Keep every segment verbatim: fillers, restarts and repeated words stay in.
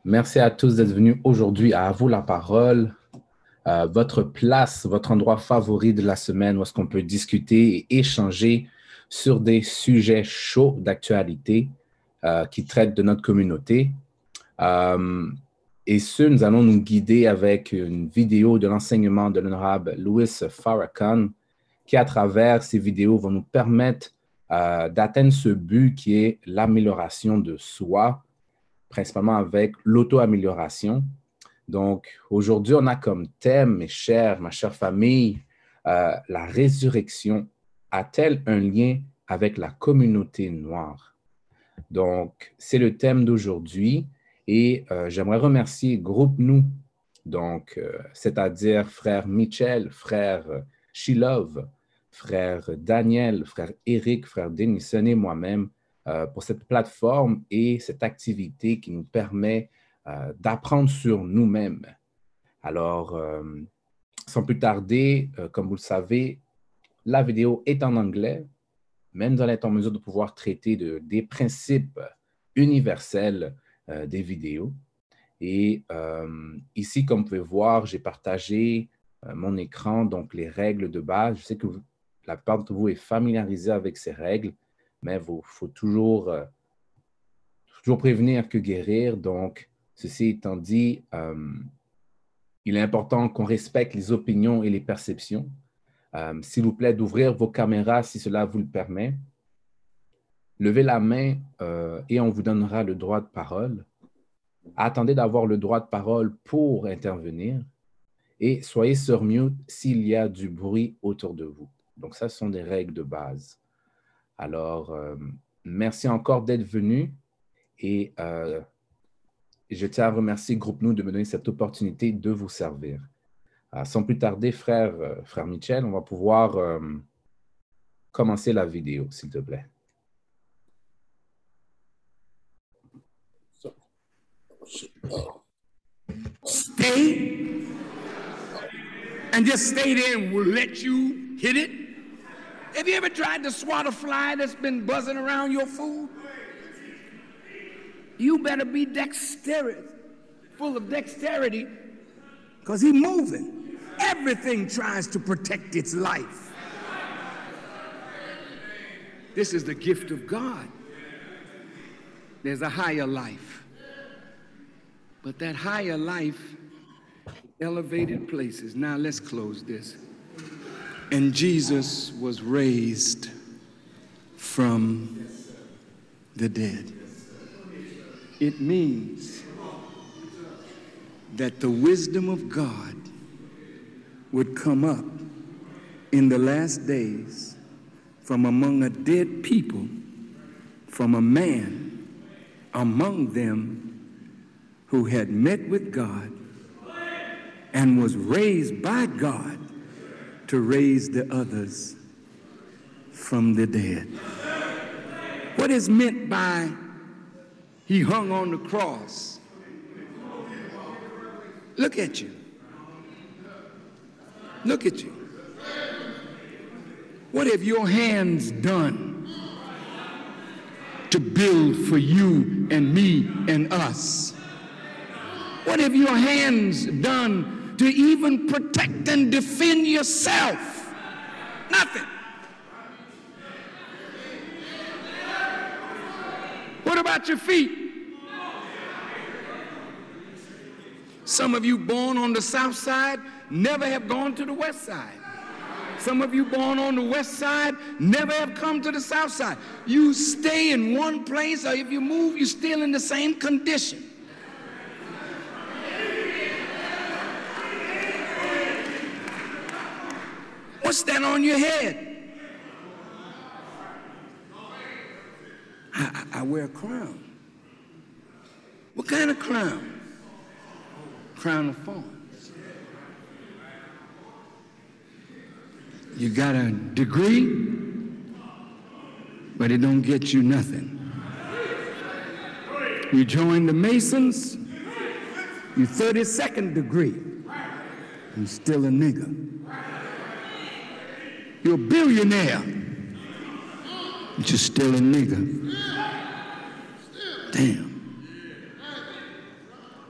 Merci à tous d'être venus aujourd'hui. À vous la parole. Euh, votre place, votre endroit favori de la semaine où est-ce qu'on peut discuter et échanger sur des sujets chauds d'actualité euh, qui traitent de notre communauté. Euh, et ce, nous allons nous guider avec une vidéo de l'enseignement de l'honorable Louis Farrakhan qui, à travers ces vidéos, vont nous permettre euh, d'atteindre ce but qui est l'amélioration de soi, principalement avec l'auto-amélioration. Donc, aujourd'hui, on a comme thème, mes chers, ma chère famille, euh, la résurrection a-t-elle un lien avec la communauté noire? Donc, c'est le thème d'aujourd'hui et euh, j'aimerais remercier Groupe Nous, donc, euh, c'est-à-dire frère Michel, frère Shilov, frère Daniel, frère Eric, frère Denison et moi-même euh, pour cette plateforme et cette activité qui nous permet euh, d'apprendre sur nous-mêmes. Alors, euh, sans plus tarder, euh, comme vous le savez, la vidéo est en anglais, mais nous allons être en mesure de pouvoir traiter de, des principes universels euh, des vidéos. Et euh, ici, comme vous pouvez voir, j'ai partagé euh, mon écran, donc les règles de base. Je sais que vous, la plupart d'entre vous est familiarisée avec ces règles, mais il faut toujours, euh, toujours prévenir que guérir. Donc, ceci étant dit, euh, il est important qu'on respecte les opinions et les perceptions. Euh, s'il vous plaît, d'ouvrir vos caméras si cela vous le permet. Levez la main euh, et on vous donnera le droit de parole. Attendez d'avoir le droit de parole pour intervenir et soyez sur mute s'il y a du bruit autour de vous. Donc, ça, ce sont des règles de base. Alors, euh, merci encore d'être venu et euh, je tiens à remercier Groupe Nous de me donner cette opportunité de vous servir. Euh, sans plus tarder, frère, euh, frère Michel, on va pouvoir euh, commencer la vidéo, s'il te plaît. Stay and just stay there and we'll let you hit it. Have you ever tried to swat a fly that's been buzzing around your food? You better be dexterous, full of dexterity, because he's moving. Everything tries to protect its life. This is the gift of God. There's a higher life. But that higher life, elevated places. Now let's close this. And Jesus was raised from the dead. It means that the wisdom of God would come up in the last days from among a dead people, from a man among them who had met with God and was raised by God to raise the others from the dead. What is meant by he hung on the cross? Look at you. Look at you. What have your hands done to build for you and me and us? What have your hands done to even protect and defend yourself? Nothing. What about your feet? Some of you born on the south side never have gone to the west side. Some of you born on the west side never have come to the south side. You stay in one place, or if you move, you're still in the same condition. What's that on your head? I, I, I wear a crown. What kind of crown? Crown of thorns. You got a degree, but it don't get you nothing. You join the Masons, you thirty-second degree, you're still a nigger. You're a billionaire, but you're still a nigger. Damn.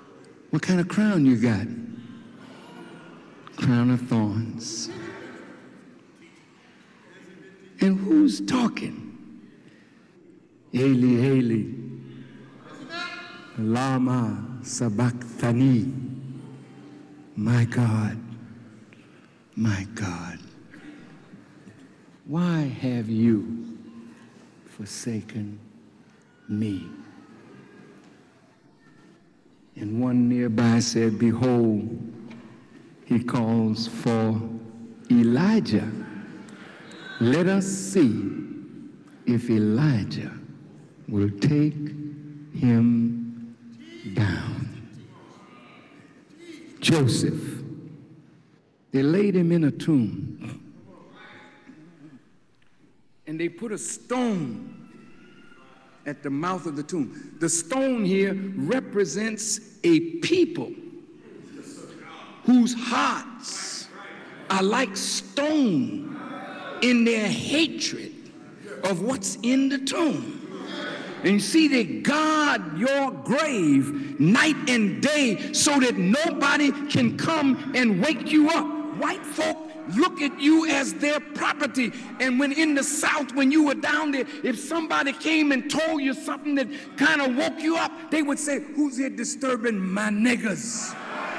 What kind of crown you got? Crown of thorns. And who's talking? Eli, Eli, lama sabachthani. My God, my God, why have you forsaken me? And one nearby said, behold, he calls for Elijah. Let us see if Elijah will take him down. Joseph, they laid him in a tomb, and they put a stone at the mouth of the tomb. The stone here represents a people whose hearts are like stone in their hatred of what's in the tomb. And you see, they guard your grave night and day so that nobody can come and wake you up. White folk look at you as their property. And when in the South, when you were down there, if somebody came and told you something that kind of woke you up, they would say, who's here disturbing my niggas?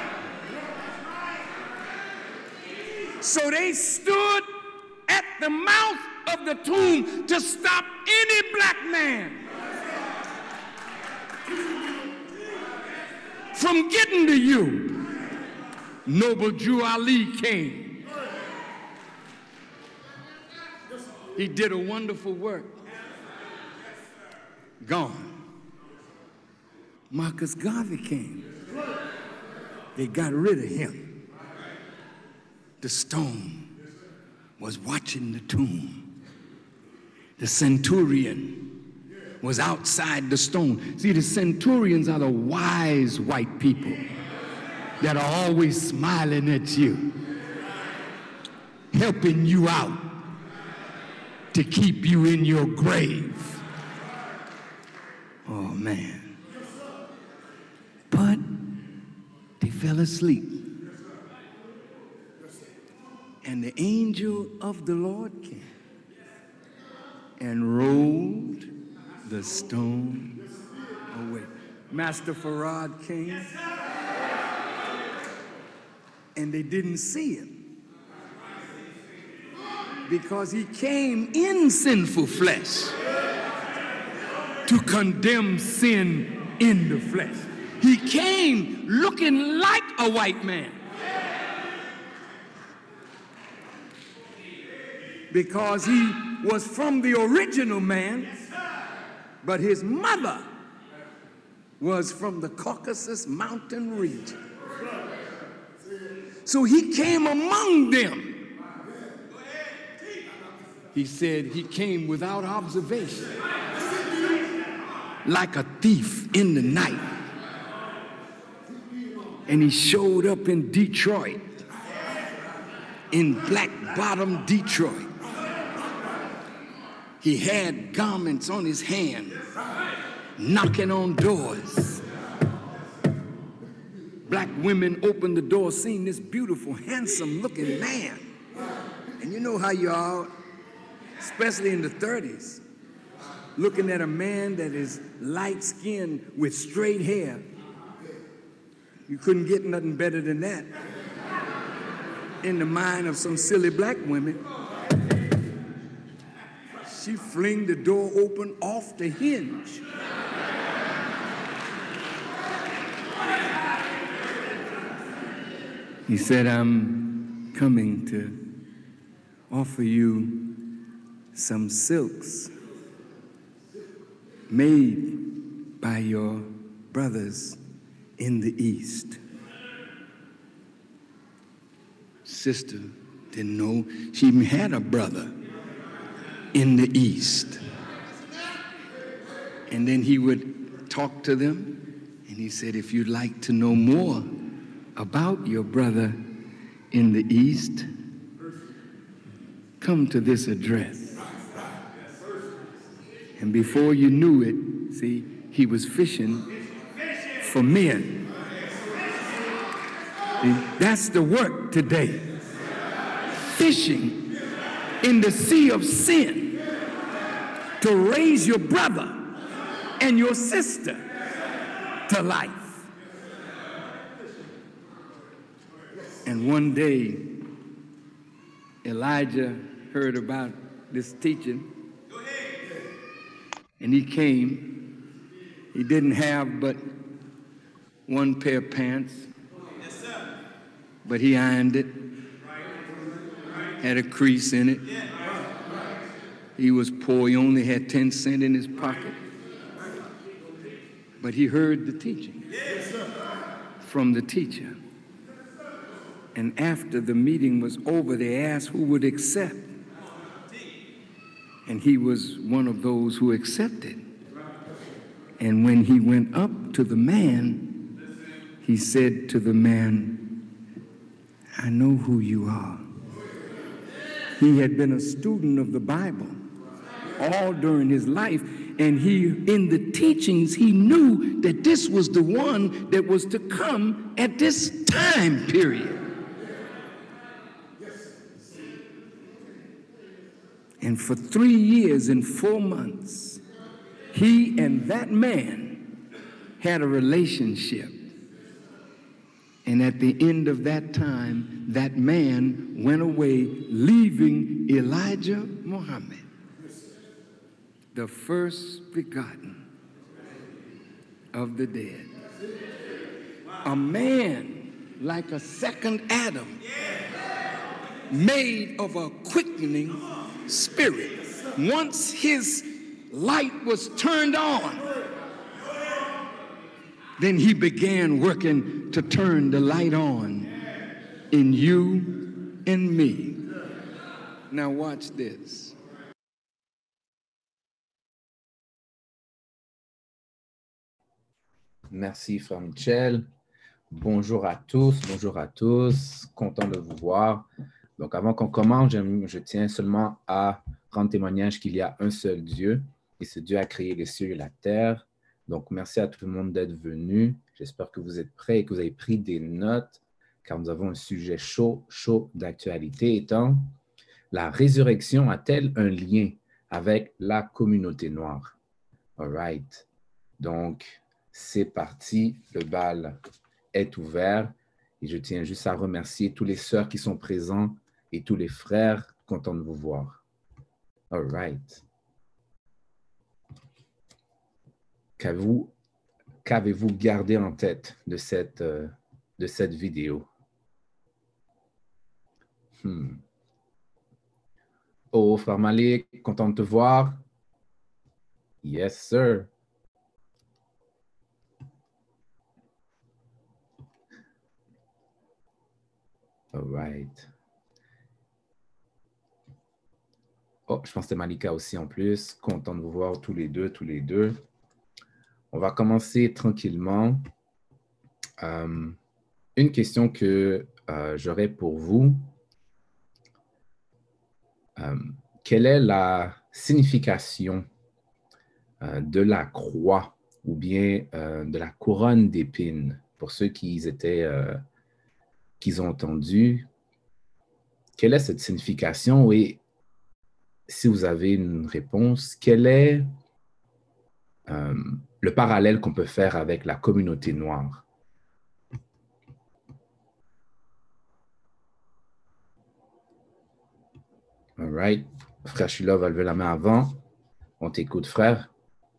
So they stood at the mouth of the tomb to stop any black man from getting to you. Noble Drew Ali came. He did a wonderful work. Gone. Marcus Garvey came. They got rid of him. The stone was watching the tomb. The centurion was outside the stone. See, the centurions are the wise white people that are always smiling at you, helping you out to keep you in your grave. Oh, man. But they fell asleep. And the angel of the Lord came and rolled the stone away. Master Farad came, and they didn't see him because he came in sinful flesh to condemn sin in the flesh. He came looking like a white man because he was from the original man, but his mother was from the Caucasus Mountain region. So he came among them. He said he came without observation, like a thief in the night. And he showed up in Detroit, in Black Bottom, Detroit. He had garments on his hand, knocking on doors. Black women opened the door, seeing this beautiful, handsome-looking man. And you know how you are, especially in the thirties, looking at a man that is light-skinned with straight hair. You couldn't get nothing better than that in the mind of some silly black women. She flinged the door open off the hinge. He said, I'm coming to offer you some silks made by your brothers in the East. Sister didn't know she even had a brother in the East. And then he would talk to them, and he said, if you'd like to know more about your brother in the East, come to this address. And before you knew it, see, he was fishing for men. That's the work today. Fishing in the sea of sin to raise your brother and your sister to life. And one day, Elijah heard about this teaching, and he came. He didn't have but one pair of pants, but he ironed it, had a crease in it. He was poor. He only had ten cents in his pocket. But he heard the teaching from the teacher. And after the meeting was over, they asked who would accept. And he was one of those who accepted. And when he went up to the man, he said to the man, I know who you are. He had been a student of the Bible all during his life, and he, in the teachings, he knew that this was the one that was to come at this time period. And for three years and four months, he and that man had a relationship. And at the end of that time, that man went away, leaving Elijah Muhammad, the first begotten of the dead. A man like a second Adam, made of a quickening spirit. Once his light was turned on, then he began working to turn the light on in you and me. Now watch this. Merci, Frère Michel. Bonjour à tous, bonjour à tous. Content de vous voir. Donc, avant qu'on commence, je, je tiens seulement à rendre témoignage qu'il y a un seul Dieu, et ce Dieu a créé les cieux et la terre. Donc, merci à tout le monde d'être venu. J'espère que vous êtes prêts et que vous avez pris des notes, car nous avons un sujet chaud, chaud d'actualité étant la résurrection a-t-elle un lien avec la communauté noire? All right. Donc, c'est parti. Le bal est ouvert. Et je tiens juste à remercier tous les sœurs qui sont présents et tous les frères contents de vous voir. All right. Qu'avez-vous, qu'avez-vous gardé en tête de cette, euh, de cette vidéo? Hmm. Oh, Frère Malik, content de te voir. Yes, sir. All right. Oh, je pense que c'est Malika aussi en plus. Content de vous voir tous les deux, tous les deux. On va commencer tranquillement. Euh, une question que euh, j'aurais pour vous. Euh, quelle est la signification euh, de la croix ou bien euh, de la couronne d'épines pour ceux qui étaient, euh, qui ont entendu? Quelle est cette signification? Et si vous avez une réponse, quel est euh, le parallèle qu'on peut faire avec la communauté noire? All right. Frère Shula va lever la main avant. On t'écoute, frère.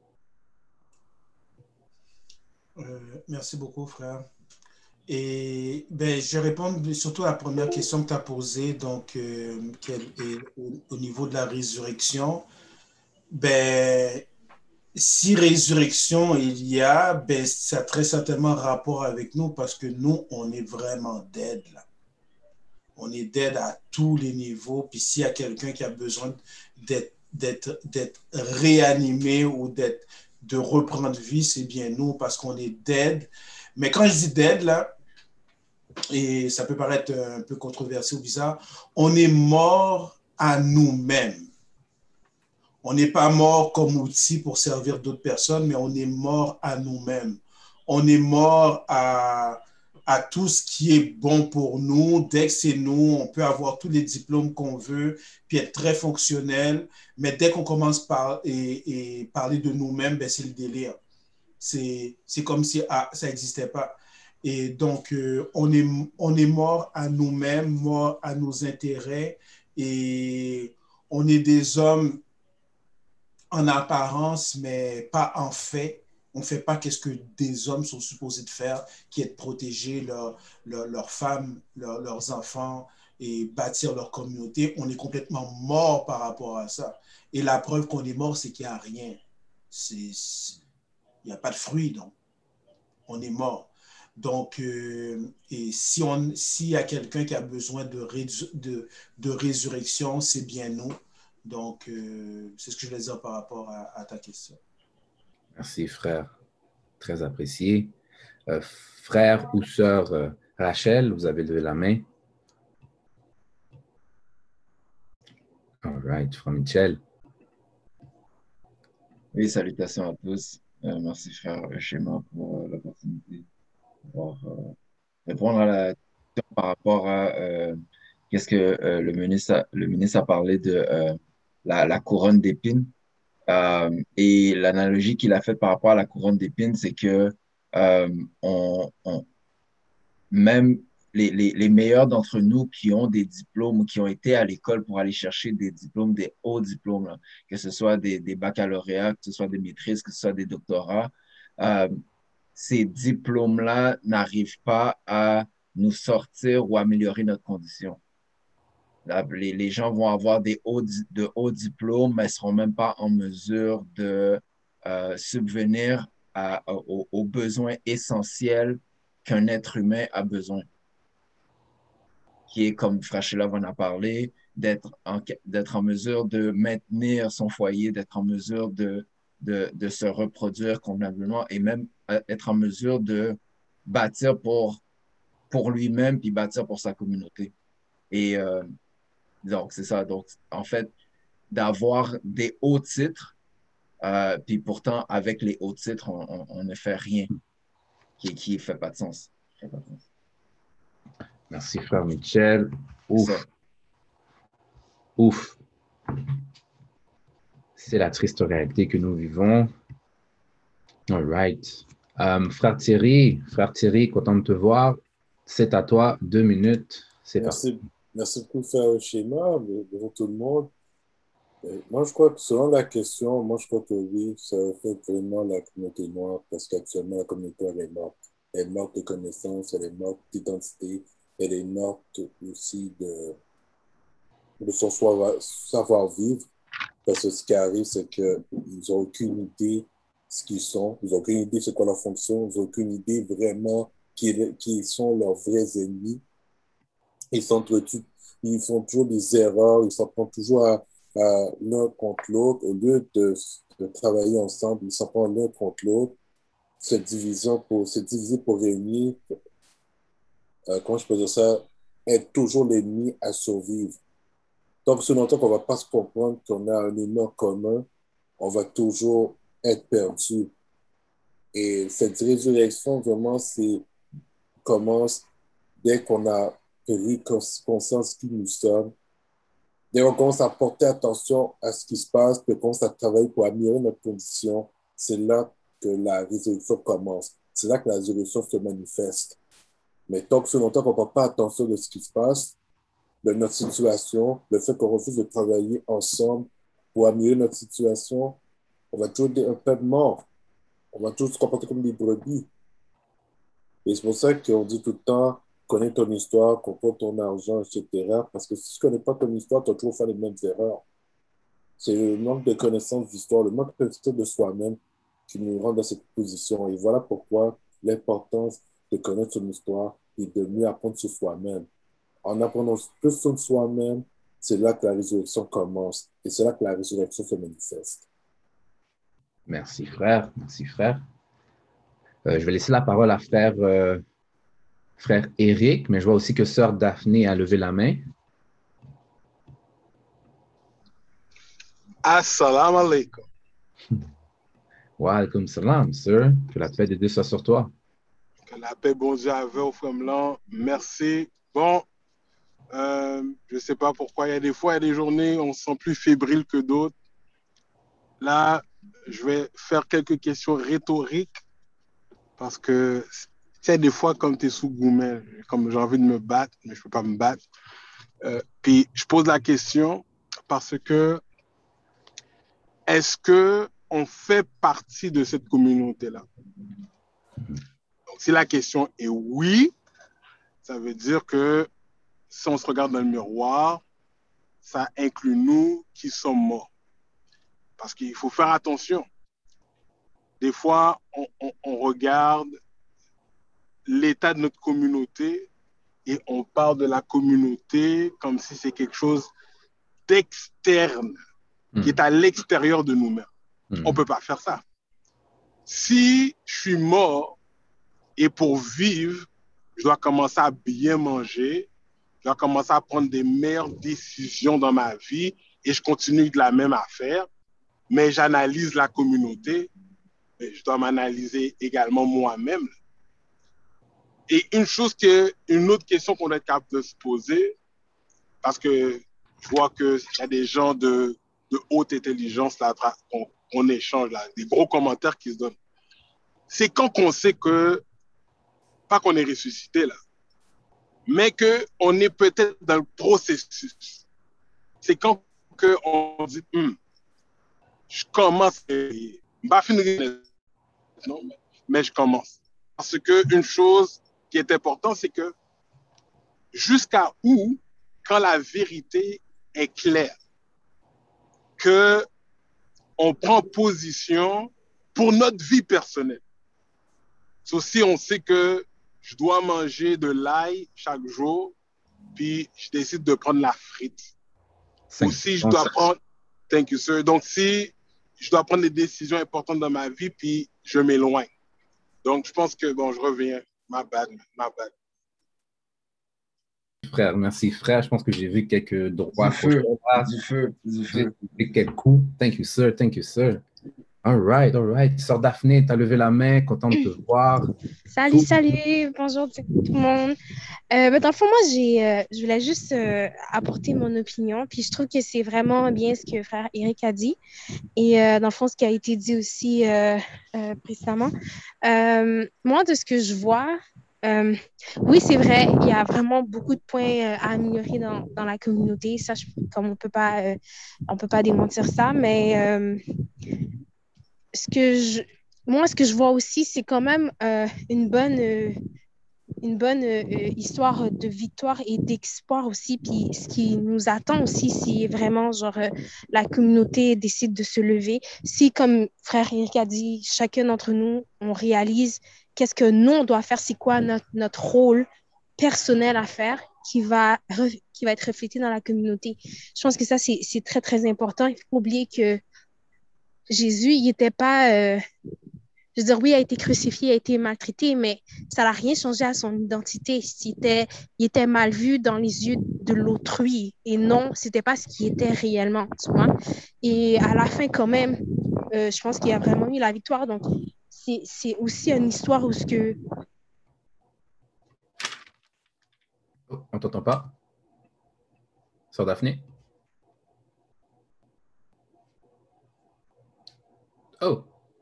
Euh, merci beaucoup, frère. Et ben, je réponds surtout à la première question que tu as posée, donc, euh, quel est, au, au niveau de la résurrection. Ben, si résurrection il y a, ben, ça a très certainement rapport avec nous parce que nous, on est vraiment dead, là. On est dead à tous les niveaux. Puis s'il y a quelqu'un qui a besoin d'être, d'être, d'être réanimé ou d'être, de reprendre vie, c'est bien nous parce qu'on est dead. Mais quand je dis dead, là, et ça peut paraître un peu controversé ou bizarre, on est mort à nous-mêmes. On n'est pas mort comme outil pour servir d'autres personnes, mais on est mort à nous-mêmes. On est mort à, à tout ce qui est bon pour nous. Dès que c'est nous, on peut avoir tous les diplômes qu'on veut, puis être très fonctionnel. Mais dès qu'on commence par et, et parler de nous-mêmes, ben, c'est le délire. C'est, c'est comme si ah, ça n'existait pas. Et donc, euh, on, est, on est mort à nous-mêmes, mort à nos intérêts. Et on est des hommes en apparence, mais pas en fait. On ne fait pas qu'est-ce que des hommes sont supposés de faire, qui est de protéger leur, leur, leurs femmes, leur, leurs enfants et bâtir leur communauté. On est complètement mort par rapport à ça. Et la preuve qu'on est mort, c'est qu'il n'y a rien. C'est, il n'y a pas de fruits, donc on est mort. Donc, euh, et si on, s'il y a quelqu'un qui a besoin de, rédu- de, de résurrection, c'est bien nous. Donc, euh, c'est ce que je voulais dire par rapport à, à ta question. Merci, frère. Très apprécié. Euh, frère ou sœur euh, Rachel, vous avez levé la main. All right, frère Michel. Oui, salutations à tous. Euh, merci, frère Schéma, pour euh, l'opportunité de pouvoir euh, répondre à la question par rapport à euh, qu'est-ce que euh, le ministre a, le ministre a parlé de euh, la, la couronne d'épines. Euh, et l'analogie qu'il a faite par rapport à la couronne d'épines, c'est que euh, on, on, même les, les, les meilleurs d'entre nous qui ont des diplômes ou qui ont été à l'école pour aller chercher des diplômes, des hauts diplômes, là, que ce soit des, des baccalauréats, que ce soit des maîtrises, que ce soit des doctorats, euh, ces diplômes-là n'arrivent pas à nous sortir ou améliorer notre condition. Là, les, les gens vont avoir des hauts, de hauts diplômes, mais ne seront même pas en mesure de euh, subvenir à, aux, aux besoins essentiels qu'un être humain a besoin, qui est, comme Frachela en a parlé, d'être en, d'être en mesure de maintenir son foyer, d'être en mesure de, de, de se reproduire convenablement et même être en mesure de bâtir pour, pour lui-même puis bâtir pour sa communauté. Et euh, donc, c'est ça. Donc, en fait, d'avoir des hauts titres, euh, puis pourtant, avec les hauts titres, on, on, on ne fait rien qui qui fait pas de sens. Fait pas de sens. Merci, frère Michel. Ouf. Ça. Ouf. C'est la triste réalité que nous vivons. All right. Um, frère Thierry, frère Thierry, content de te voir. C'est à toi, deux minutes. C'est parti. Merci, merci beaucoup, frère Schéma. Bonjour tout le monde. Euh, Moi, je crois que selon la question, moi, je crois que oui, ça fait vraiment la communauté noire parce qu'actuellement, la communauté elle est morte. Elle est morte de connaissances, elle est morte d'identité, elle est morte aussi de, de son savoir- savoir-vivre. Parce que ce qui arrive, c'est qu'ils n'ont aucune idée de ce qu'ils sont, ils n'ont aucune idée de c'est quoi leur fonction, ils n'ont aucune idée vraiment qui, qui sont leurs vrais ennemis. Ils s'entretuent, ils font toujours des erreurs, ils s'en prennent toujours à, à l'un contre l'autre. Au lieu de, de travailler ensemble, ils s'en prennent l'un contre l'autre, se division pour, se diviser pour réunir, euh, comment je peux dire ça, être toujours l'ennemi à survivre. Donc, ce longtemps qu'on ne va pas se comprendre qu'on a un ennemi en commun, on va toujours être perdu. Et cette résurrection, vraiment, c'est commence dès qu'on a pris conscience qui nous sommes. Dès qu'on commence à porter attention à ce qui se passe, qu'on commence à travailler pour améliorer notre condition, c'est là que la résurrection commence. C'est là que la résurrection se manifeste. Mais tant que ce longtemps qu'on ne porte pas attention de ce qui se passe, de notre situation, le fait qu'on refuse de travailler ensemble pour améliorer notre situation, on va toujours être un peu mort. On va toujours se comporter comme des brebis. Et c'est pour ça qu'on dit tout le temps, connais ton histoire, comprends ton argent, et cetera. Parce que si tu ne connais pas ton histoire, tu vas toujours faire les mêmes erreurs. C'est le manque de connaissance d'histoire, le manque de connaissance de soi-même qui nous rend dans cette position. Et voilà pourquoi l'importance de connaître son histoire et de mieux apprendre sur soi-même. En apprenant plus sur soi-même, c'est là que la résurrection commence. Et c'est là que la résurrection se manifeste. Merci, frère. Merci, frère. Euh, je vais laisser la parole à frère, euh, frère Éric, mais je vois aussi que sœur Daphné a levé la main. Assalamu alaikum. Wa alaikum salam, sir. Que la paix de Dieu soit sur toi. Que la paix, bon Dieu, avec au frère Blanc. Merci. Bon, euh, je ne sais pas pourquoi. Il y a des fois, il y a des journées, on se sent plus fébrile que d'autres. Là, je vais faire quelques questions rhétoriques parce que, tu sais, des fois, comme tu es sous Goumet, comme j'ai envie de me battre, mais je ne peux pas me battre. Euh, puis, je pose la question parce que est-ce qu'on fait partie de cette communauté-là? Donc, si la question est oui, ça veut dire que si on se regarde dans le miroir, ça inclut nous qui sommes morts. Parce qu'il faut faire attention. Des fois, on, on, on regarde l'état de notre communauté et on parle de la communauté comme si c'est quelque chose d'externe, mmh. qui est à l'extérieur de nous-mêmes. Mmh. On ne peut pas faire ça. Si je suis mort et pour vivre, je dois commencer à bien manger, je dois commencer à prendre des meilleures décisions dans ma vie et je continue de la même affaire, mais j'analyse la communauté, mais je dois m'analyser également moi-même. Et une chose que, une autre question qu'on est capable de se poser, parce que je vois qu'il y a des gens de, de haute intelligence là, qu'on, qu'on échange, là, des gros commentaires qui se donnent. C'est quand qu'on sait que, pas qu'on est ressuscité là, mais qu'on est peut-être dans le processus. C'est quand on dit, hm, je commence, pas finir, non, mais je commence. Parce qu'une chose qui est importante, c'est que jusqu'à où, quand la vérité est claire, qu'on prend position pour notre vie personnelle. So, si on sait que je dois manger de l'ail chaque jour, puis je décide de prendre la frite. Ou si je dois prendre... Thank you, sir. Donc, si je dois prendre des décisions importantes dans ma vie, puis je m'éloigne. Donc, je pense que, bon, je reviens. Ma bad, ma bad. Frère, merci, frère. Je pense que j'ai vu quelques droits. Du feu, du feu, du feu. J'ai vu quelques coups. Thank you, sir. Thank you, sir. All right, all right. Sœur Daphné, tu as levé la main, content de te voir. Salut, salut. Bonjour tout le monde. Euh, ben, dans le fond, moi, j'ai, euh, je voulais juste euh, apporter mon opinion. Puis je trouve que c'est vraiment bien ce que frère Eric a dit. Et euh, dans le fond, ce qui a été dit aussi euh, euh, précédemment. Euh, moi, de ce que je vois, euh, oui, c'est vrai, il y a vraiment beaucoup de points euh, à améliorer dans, dans la communauté. Ça, je, comme on peut pas, euh, on peut pas démentir ça. Mais euh, ce que je, moi, ce que je vois aussi, c'est quand même euh, une bonne... Euh, une bonne euh, histoire de victoire et d'espoir aussi. Puis ce qui nous attend aussi, c'est vraiment genre euh, la communauté décide de se lever. Si, comme frère Eric a dit, chacun d'entre nous, on réalise qu'est-ce que nous, on doit faire, c'est quoi notre, notre rôle personnel à faire qui va, re, qui va être reflété dans la communauté. Je pense que ça, c'est, c'est très, très important. Il ne faut pas oublier que Jésus, il n'était pas... Euh, Je veux dire, oui, il a été crucifié, il a été maltraité, mais ça n'a rien changé à son identité. Il était, il était mal vu dans les yeux de l'autrui. Et non, ce n'était pas ce qui était réellement, tu vois. Et à la fin, quand même, euh, je pense qu'il a vraiment eu la victoire. Donc, c'est, c'est aussi une histoire où ce que... Oh, on ne t'entend pas? Sœur Daphné? Oh!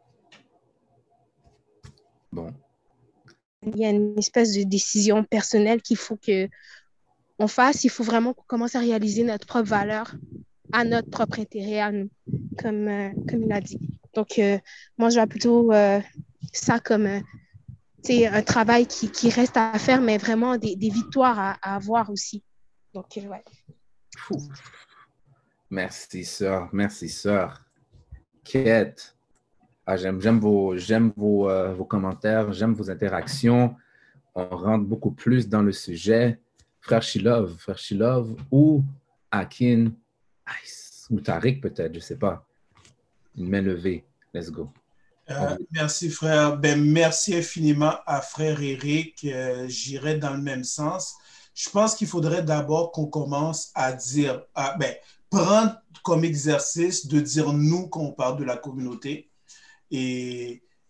Bon. Il y a une espèce de décision personnelle qu'il faut qu'on fasse. Il faut vraiment qu'on commence à réaliser notre propre valeur à notre propre intérêt à nous, comme, euh, comme il a dit. Donc, euh, moi, je vois plutôt euh, ça comme euh, un travail qui, qui reste à faire, mais vraiment des, des victoires à, à avoir aussi. Donc, euh, ouais. Fou. Merci, sœur. Merci, sœur. Kate. Ah, j'aime, j'aime vos, j'aime vos, euh, vos commentaires, j'aime vos interactions. On rentre beaucoup plus dans le sujet. Frère Shilov, Frère Shilov ou Akin, Ice, ou Tariq peut-être, je ne sais pas. Une main levée. Let's go. Euh, merci, frère. Ben, merci infiniment à frère Eric. Euh, j'irai dans le même sens. Je pense qu'il faudrait d'abord qu'on commence à dire, à, ben, prendre comme exercice de dire nous quand on parle de la communauté. Et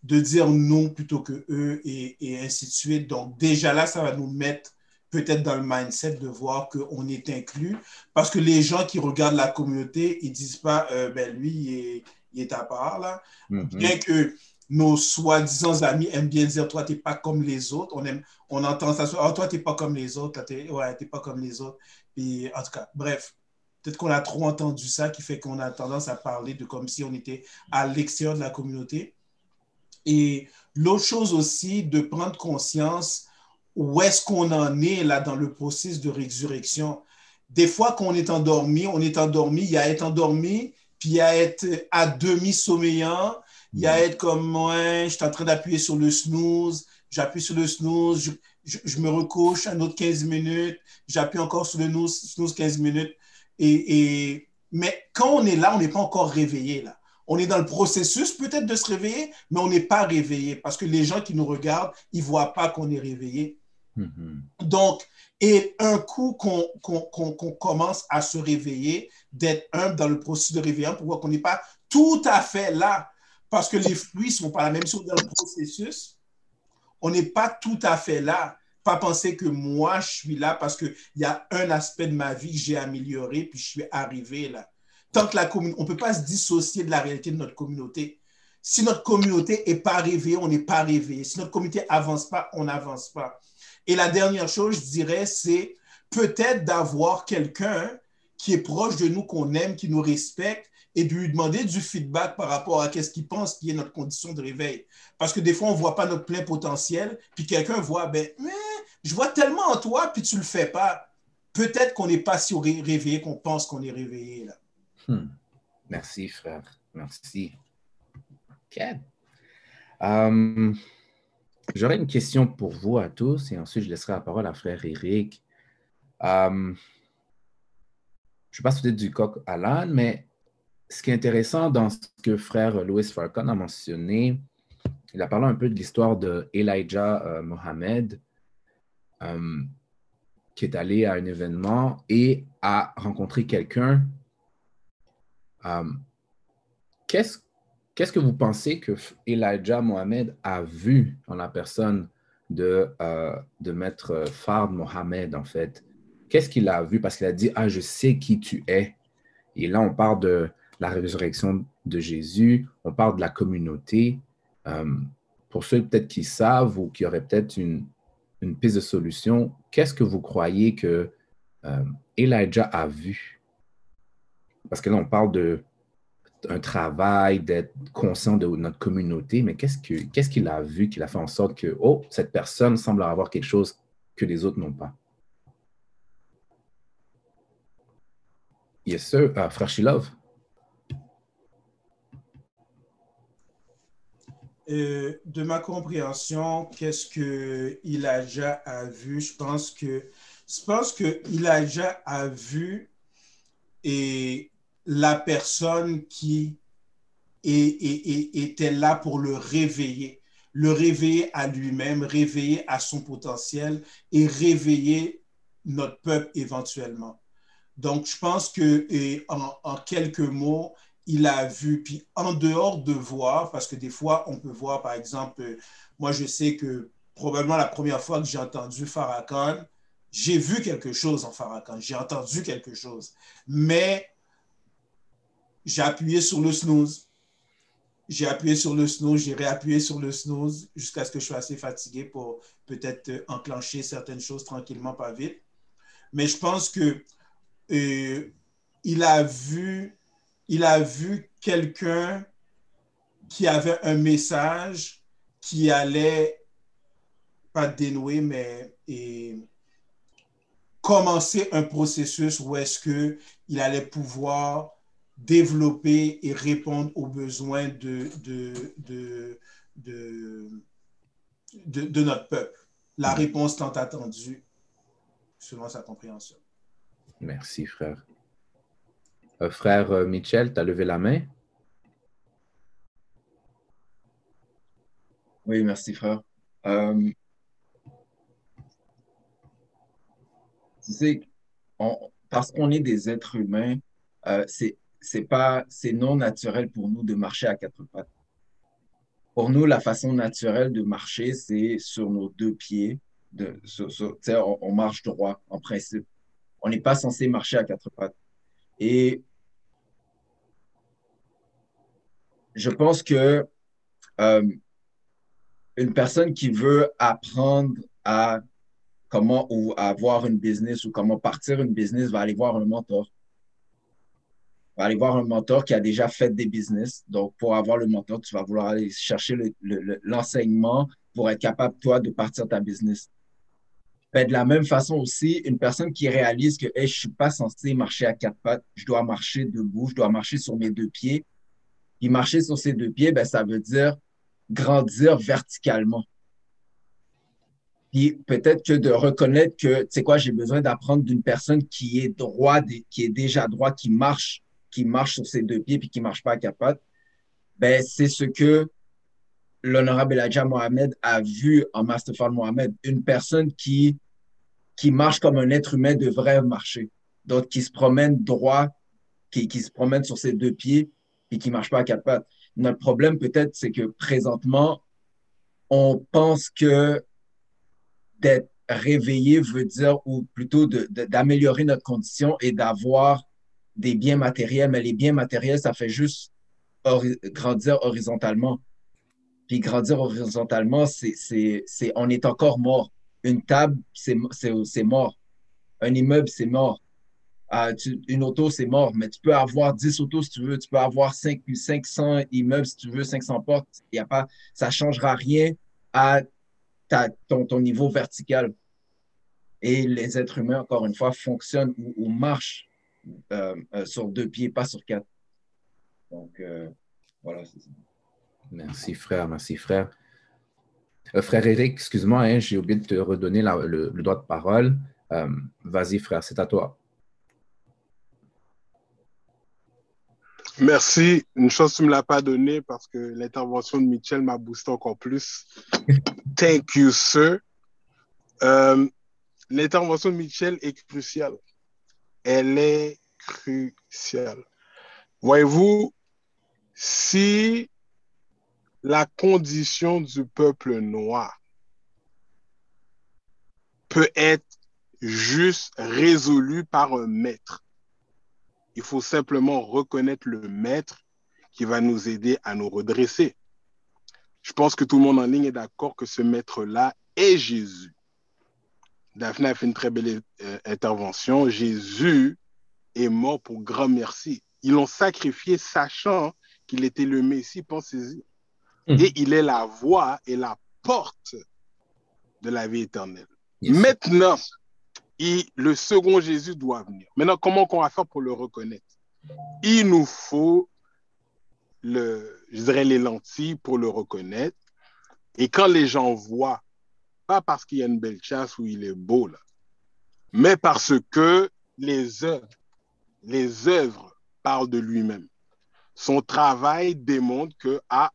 de dire non plutôt que eux et, et ainsi de suite. Donc déjà là, ça va nous mettre peut-être dans le mindset de voir qu'on est inclus parce que les gens qui regardent la communauté, ils disent pas, euh, ben lui, il est, il est à part là. Mhm. Bien que nos soi-disant amis aiment bien dire, toi, t'es pas comme les autres. On, aime, on entend ça, oh, toi, t'es pas comme les autres. T'es, ouais, t'es pas comme les autres. Et en tout cas, bref, peut-être qu'on a trop entendu ça qui fait qu'on a tendance à parler de comme si on était à l'extérieur de la communauté. Et l'autre chose aussi, de prendre conscience où est-ce qu'on en est là dans le processus de résurrection. Des fois, quand on est endormi, on est endormi, il y a être endormi, puis il y a être à demi sommeillant, il y a être comme moi, je suis en train d'appuyer sur le snooze, j'appuie sur le snooze, je, je, je me recouche un autre quinze minutes, j'appuie encore sur le snooze, snooze quinze minutes. Et, et, mais quand on est là, on n'est pas encore réveillé là. On est dans le processus peut-être de se réveiller, mais on n'est pas réveillé parce que les gens qui nous regardent, ils ne voient pas qu'on est réveillé. Mhm. Donc, et un coup qu'on qu'on, qu'on, qu'on commence à se réveiller, d'être humble dans le processus de réveil, pour voir qu'on n'est pas tout à fait là, parce que les fruits ne sont pas la même chose dans le processus, on n'est pas tout à fait là. Pas penser que moi, je suis là parce qu'il y a un aspect de ma vie que j'ai amélioré, puis je suis arrivé là. Tant que la communauté, on ne peut pas se dissocier de la réalité de notre communauté. Si notre communauté n'est pas réveillée, on n'est pas réveillé. Si notre communauté n'avance pas, on n'avance pas. Et la dernière chose, je dirais, c'est peut-être d'avoir quelqu'un qui est proche de nous, qu'on aime, qui nous respecte, et de lui demander du feedback par rapport à ce qu'il pense qui est notre condition de réveil. Parce que des fois, on ne voit pas notre plein potentiel, puis quelqu'un voit, ben, mais je vois tellement en toi, puis tu ne le fais pas. Peut-être qu'on n'est pas si réveillé qu'on pense qu'on est réveillé, là. Hmm. Merci, frère. Merci. OK. Um, J'aurais une question pour vous à tous et ensuite je laisserai la parole à frère Eric. Um, je ne sais pas si vous êtes du coq à l'âne, mais ce qui est intéressant dans ce que frère Louis Farrakhan a mentionné, il a parlé un peu de l'histoire de Elijah euh, Mohammed, um, qui est allé à un événement et a rencontré quelqu'un. Um, qu'est-ce, qu'est-ce que vous pensez que Elijah Mohammed a vu en la personne de, euh, de Maître Fard Mohammed, en fait? Qu'est-ce qu'il a vu? Parce qu'il a dit, ah, je sais qui tu es. Et là, on parle de la résurrection de Jésus, on parle de la communauté. Euh, pour ceux peut-être qui savent ou qui auraient peut-être une, une piste de solution, qu'est-ce que vous croyez que euh, Elijah a vu? Parce que là, on parle de un travail, d'être conscient de notre communauté, mais qu'est-ce que, qu'est-ce qu'il a vu qu'il a fait en sorte que, oh, cette personne semble avoir quelque chose que les autres n'ont pas? Yes, sir. Uh, Frère Shilov. Euh, de ma compréhension, qu'est-ce que Elijah a vu? Je pense que je pense que Elijah a vu et la personne qui est, est, est, était là pour le réveiller, le réveiller à lui-même, réveiller à son potentiel et réveiller notre peuple éventuellement. Donc, je pense que et en, en quelques mots, il a vu, puis en dehors de voir, parce que des fois, on peut voir, par exemple, euh, moi, je sais que probablement la première fois que j'ai entendu Farrakhan, j'ai vu quelque chose en Farrakhan, j'ai entendu quelque chose, mais j'ai appuyé sur le snooze, j'ai appuyé sur le snooze, j'ai réappuyé sur le snooze jusqu'à ce que je sois assez fatigué pour peut-être enclencher certaines choses tranquillement, pas vite. Mais je pense que euh, il a vu, il a vu quelqu'un qui avait un message qui allait, pas dénouer, mais et, commencer un processus où est-ce qu'il allait pouvoir développer et répondre aux besoins de, de, de, de, de, de notre peuple. La réponse tant attendue, selon sa compréhension. Merci, frère. Euh, frère euh, Michel, tu as levé la main? Oui, merci, frère. Euh, tu sais, on- parce qu'on est des êtres humains, euh, c'est, c'est pas, c'est non naturel pour nous de marcher à quatre pattes. pour nous, la façon naturelle de marcher, c'est sur nos deux pieds. De, sur, sur, tu sais, on, on marche droit, en principe. On n'est pas censé marcher à quatre pattes. Et je pense que euh, une personne qui veut apprendre à comment ou à avoir une business ou comment partir une business va aller voir un mentor. Va aller voir un mentor qui a déjà fait des business. Donc, pour avoir le mentor, tu vas vouloir aller chercher le, le, le, l'enseignement pour être capable, toi, de partir ta business. Ben, de la même façon aussi, une personne qui réalise que hey, je ne suis pas censé marcher à quatre pattes, je dois marcher debout, je dois marcher sur mes deux pieds. Puis marcher sur ses deux pieds, ben, ça veut dire grandir verticalement. Puis peut-être que de reconnaître que, tu sais quoi, j'ai besoin d'apprendre d'une personne qui est droit, qui est déjà droit, qui marche, qui marche sur ses deux pieds puis qui ne marche pas à quatre pattes, ben, c'est ce que l'honorable Elijah Mohamed a vu en Master Mohamed. Une personne qui, qui marche comme un être humain devrait marcher. Donc, qui se promène droit, qui, qui se promène sur ses deux pieds et qui ne marche pas à quatre pattes. Notre problème, peut-être, c'est que présentement, on pense que d'être réveillé veut dire, ou plutôt de, de, d'améliorer notre condition et d'avoir des biens matériels. Mais les biens matériels, ça fait juste ori- grandir horizontalement. Puis grandir horizontalement, c'est, c'est, c'est, on est encore mort. Une table, c'est, c'est, c'est mort. Un immeuble, c'est mort. Euh, tu, une auto, c'est mort. Mais tu peux avoir dix autos si tu veux. Tu peux avoir cinq, cinq cents immeubles si tu veux, cinq cents portes. Y a pas, ça ne changera rien à ta, ton, ton niveau vertical. Et les êtres humains, encore une fois, fonctionnent ou, ou marchent euh, euh, sur deux pieds, pas sur quatre. Donc, euh, voilà, c'est ça. Merci, frère. Merci, frère. Euh, frère Eric, excuse-moi, hein, j'ai oublié de te redonner la, le, le droit de parole. Euh, vas-y, frère, c'est à toi. Merci. Une chose, tu ne me l'as pas donnée parce que l'intervention de Mitchell m'a boosté encore plus. Thank you, sir. Euh, l'intervention de Mitchell est cruciale. Elle est cruciale. Voyez-vous, si la condition du peuple noir peut être juste résolue par un maître, il faut simplement reconnaître le maître qui va nous aider à nous redresser. Je pense que tout le monde en ligne est d'accord que ce maître-là est Jésus. Daphné a fait une très belle euh, intervention. Jésus est mort pour grand merci. Ils l'ont sacrifié sachant qu'il était le Messie, pensez-y. Mmh. Et il est la voie et la porte de la vie éternelle. Yes. Maintenant, il, le second Jésus doit venir. Maintenant, comment on va faire pour le reconnaître? Il nous faut le, je dirais les lentilles pour le reconnaître. Et quand les gens voient, pas parce qu'il y a une belle chasse ou il est beau, là, mais parce que les œuvres, les œuvres parlent de lui-même. Son travail démontre que ah,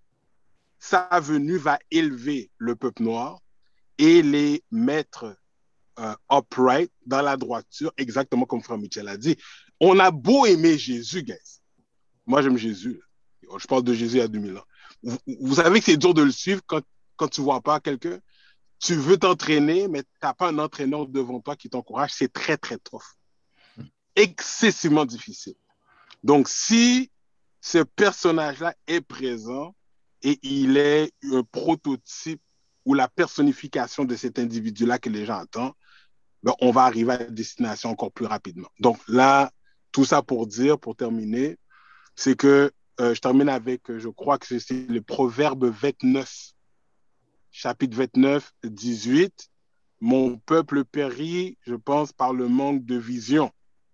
sa venue va élever le peuple noir et les mettre euh, upright, dans la droiture, exactement comme Frère Mitchell a dit. On a beau aimer Jésus, guys. Moi, j'aime Jésus. Je parle de Jésus il y a deux mille ans. Vous, vous savez que c'est dur de le suivre quand, quand tu ne vois pas quelqu'un. Tu veux t'entraîner, mais tu n'as pas un entraîneur devant toi qui t'encourage. C'est très, très tough. Excessivement difficile. Donc, si ce personnage-là est présent et il est un prototype ou la personnification de cet individu-là que les gens attendent, ben, on va arriver à la destination encore plus rapidement. Donc là, tout ça pour dire, pour terminer, c'est que euh, je termine avec, je crois que c'est le Proverbe vingt-neuf, chapitre vingt-neuf, dix-huit. Mon peuple périt, je pense, par le manque de vision.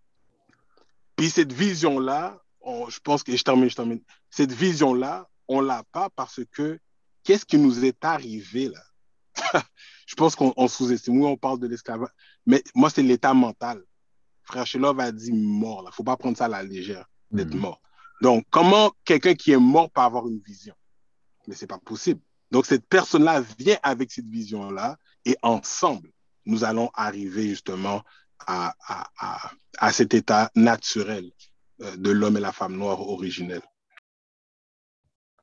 Puis cette vision-là, on, je pense que je termine, je termine. Cette vision-là, on ne l'a pas parce que qu'est-ce qui nous est arrivé là? Je pense qu'on sous-estime. Oui, on parle de l'esclavage, mais moi, c'est l'état mental. Frère Shelov a dit mort. Il ne faut pas prendre ça à la légère, d'être mmh. mort. Donc, comment quelqu'un qui est mort peut avoir une vision? Mais ce n'est pas possible. Donc, cette personne-là vient avec cette vision-là et ensemble, nous allons arriver justement à, à, à, à cet état naturel de l'homme et la femme noire originelle.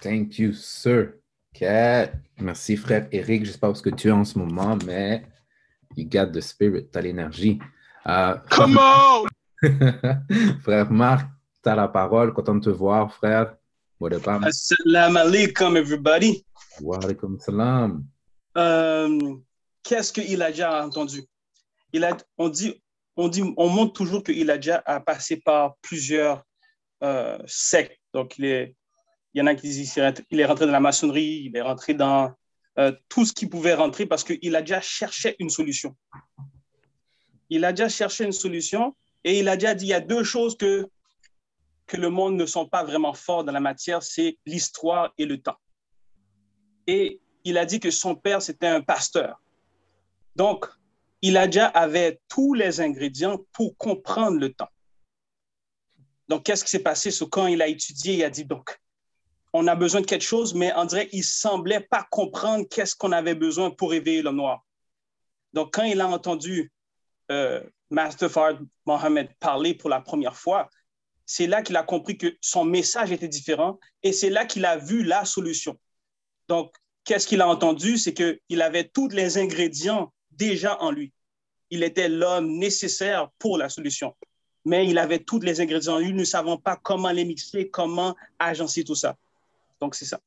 Thank you, sir. OK. Merci, frère Eric. Je ne sais pas où que tu es en ce moment, mais you got the spirit, tu as l'énergie. Euh, Come on! frère Marc, tu as la parole. Content de te voir, frère. Assalamu alaikum, everybody. Wa alaikum salam. Euh, Qu'est-ce que Elijah a entendu? Il a, on, dit, on, dit, on montre toujours que Elijah a passé par plusieurs euh, sectes. Donc, il, est, il y en a qui disent qu'il est rentré dans la maçonnerie, il est rentré dans euh, tout ce qui pouvait rentrer parce que Elijah cherchait une solution. Elijah cherchait une solution et Elijah dit il y a deux choses que, que le monde ne sont pas vraiment forts dans la matière, c'est l'histoire et le temps. Et il a dit que son père, c'était un pasteur. Donc, Elijah avait tous les ingrédients pour comprendre le temps. Donc, qu'est-ce qui s'est passé? C'est quand il a étudié, il a dit, donc, on a besoin de quelque chose, mais on dirait qu'il ne semblait pas comprendre qu'est-ce qu'on avait besoin pour réveiller l'homme noir. Donc, quand il a entendu euh, Master Fard Mohammed parler pour la première fois, c'est là qu'il a compris que son message était différent et c'est là qu'il a vu la solution. Donc, qu'est-ce qu'il a entendu? C'est qu'il avait tous les ingrédients déjà en lui. Il était l'homme nécessaire pour la solution. Mais il avait tous les ingrédients en lui, nous ne savons pas comment les mixer, comment agencer tout ça. Donc, c'est ça.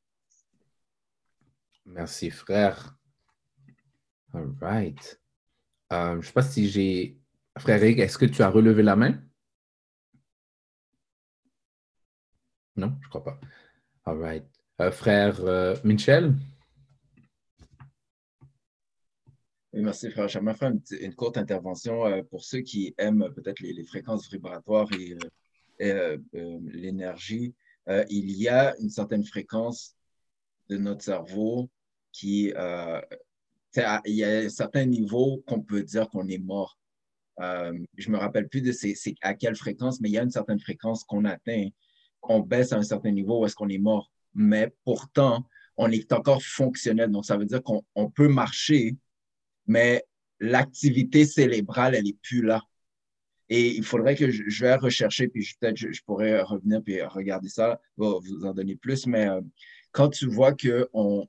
Merci, frère. All right. Euh, je ne sais pas si j'ai... Frère Eric, est-ce que tu as relevé la main? Non, je ne crois pas. All right. Euh, frère euh, Michel? Oui, merci, frère. J'aimerais faire une, une courte intervention euh, pour ceux qui aiment peut-être les, les fréquences vibratoires et, euh, et euh, euh, l'énergie. Euh, il y a une certaine fréquence de notre cerveau qui, euh, il y a un certain niveau qu'on peut dire qu'on est mort. Euh, je ne me rappelle plus de c'est, c'est à quelle fréquence, mais il y a une certaine fréquence qu'on atteint, qu'on baisse à un certain niveau où est-ce qu'on est mort. Mais pourtant, on est encore fonctionnel. Donc, ça veut dire qu'on on peut marcher, mais l'activité cérébrale, elle n'est plus là. Et il faudrait que je, je vais rechercher, puis peut-être je, je pourrais revenir puis regarder ça, bon, vous en donner plus, mais euh, quand tu vois que on,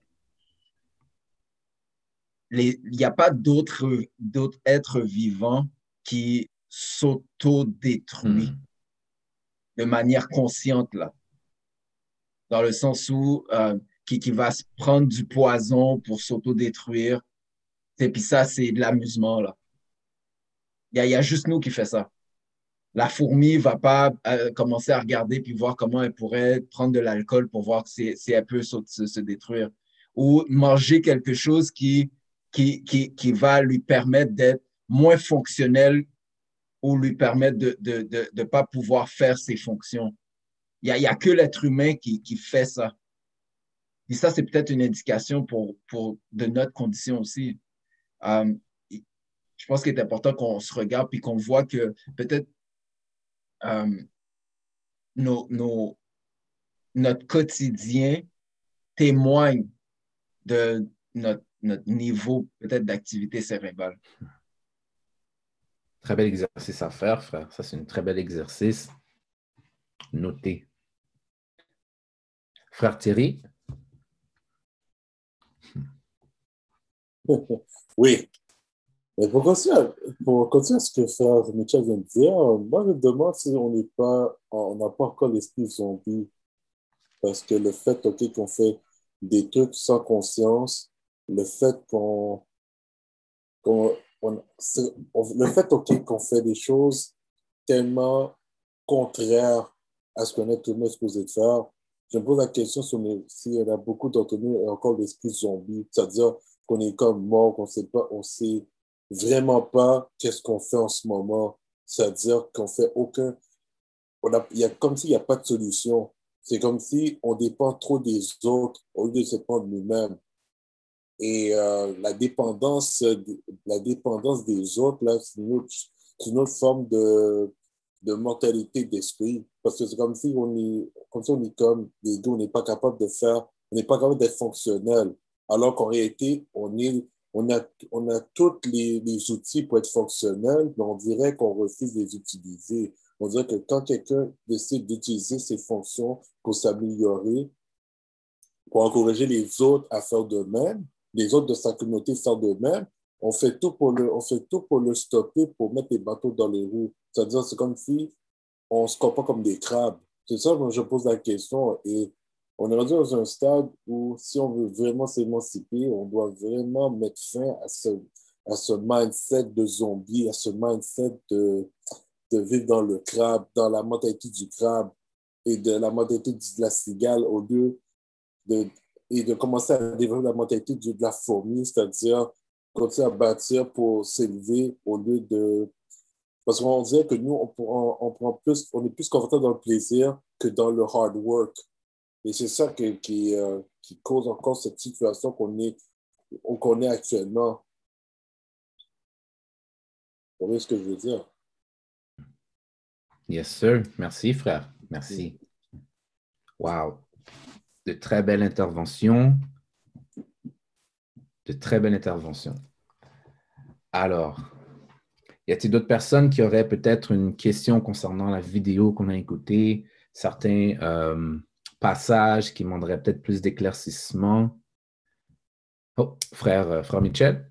les, il n'y a pas d'autres, d'autres êtres vivants qui s'auto-détruisent Hmm. de manière consciente, là, dans le sens où euh, qui, qui va se prendre du poison pour s'auto-détruire. Et puis ça, c'est de l'amusement, là. Il y a, il y a juste nous qui fait ça. La fourmi ne va pas euh, commencer à regarder puis voir comment elle pourrait prendre de l'alcool pour voir si, si elle peut se, se, se détruire. Ou manger quelque chose qui, qui, qui, qui va lui permettre d'être moins fonctionnel ou lui permettre de ne de, de, de pas pouvoir faire ses fonctions. Il n'y a, il y a que l'être humain qui, qui fait ça. Et ça, c'est peut-être une indication pour, pour de notre condition aussi. Euh, je pense qu'il est important qu'on se regarde puis qu'on voit que peut-être euh, nos, nos, notre quotidien témoigne de notre, notre niveau peut-être d'activité cérébrale. Très bel exercice à faire, frère. Ça, c'est un très bel exercice. Noté. Frère Thierry? Oui. Mais pour continuer, pour continuer à ce que frère Michel vient de dire, moi, je me demande si on n'est pas, on n'a pas encore l'esprit zombie. Parce que le fait, OK, qu'on fait des trucs sans conscience, le fait qu'on, qu'on on, on, le fait, OK, qu'on fait des choses tellement contraires à ce qu'on est tout le monde supposé de faire, je me pose la question s'il y en a beaucoup d'entre nous et encore l'esprit zombie, c'est-à-dire qu'on est comme mort, qu'on sait pas, on sait vraiment pas qu'est-ce qu'on fait en ce moment, c'est-à-dire qu'on fait aucun, on a, il y a comme s'il n'y a pas de solution. C'est comme si on dépend trop des autres au lieu de se prendre nous-mêmes. Et euh, la dépendance, la dépendance des autres, là, c'est une autre, c'est une autre forme de, de mentalité d'esprit. Parce que c'est comme si on est, comme si on est comme les deux, on n'est pas capable de faire, on n'est pas capable d'être fonctionnel. Alors qu'en réalité, on est, on a, on a tous les, les outils pour être fonctionnel, mais on dirait qu'on refuse de les utiliser. On dirait que quand quelqu'un décide d'utiliser ses fonctions pour s'améliorer, pour encourager les autres à faire de même, les autres de sa communauté faire de même, on fait tout pour le, on fait tout pour le stopper, pour mettre les bateaux dans les roues. C'est-à-dire, c'est comme si on se comporte comme des crabes. C'est ça que je pose la question. Et on est rendu dans un stade où, si on veut vraiment s'émanciper, on doit vraiment mettre fin à ce, à ce mindset de zombie, à ce mindset de, de vivre dans le crabe, dans la mentalité du crabe et de la mentalité de la cigale au lieu de, et de commencer à développer la mentalité de, de la fourmi, c'est-à-dire continuer à bâtir pour s'élever au lieu de... Parce qu'on dirait que nous, on, prend, on, prend plus, on est plus confortable dans le plaisir que dans le hard work. Et c'est ça qui, qui, euh, qui cause encore cette situation qu'on est, qu'on est actuellement. Vous voyez ce que je veux dire? Yes, sir. Merci, frère. Merci. Wow. De très belles interventions. De très belles interventions. Alors, y a-t-il d'autres personnes qui auraient peut-être une question concernant la vidéo qu'on a écoutée, certains euh, passages qui demanderaient peut-être plus d'éclaircissement? Oh, frère, euh, frère Michel?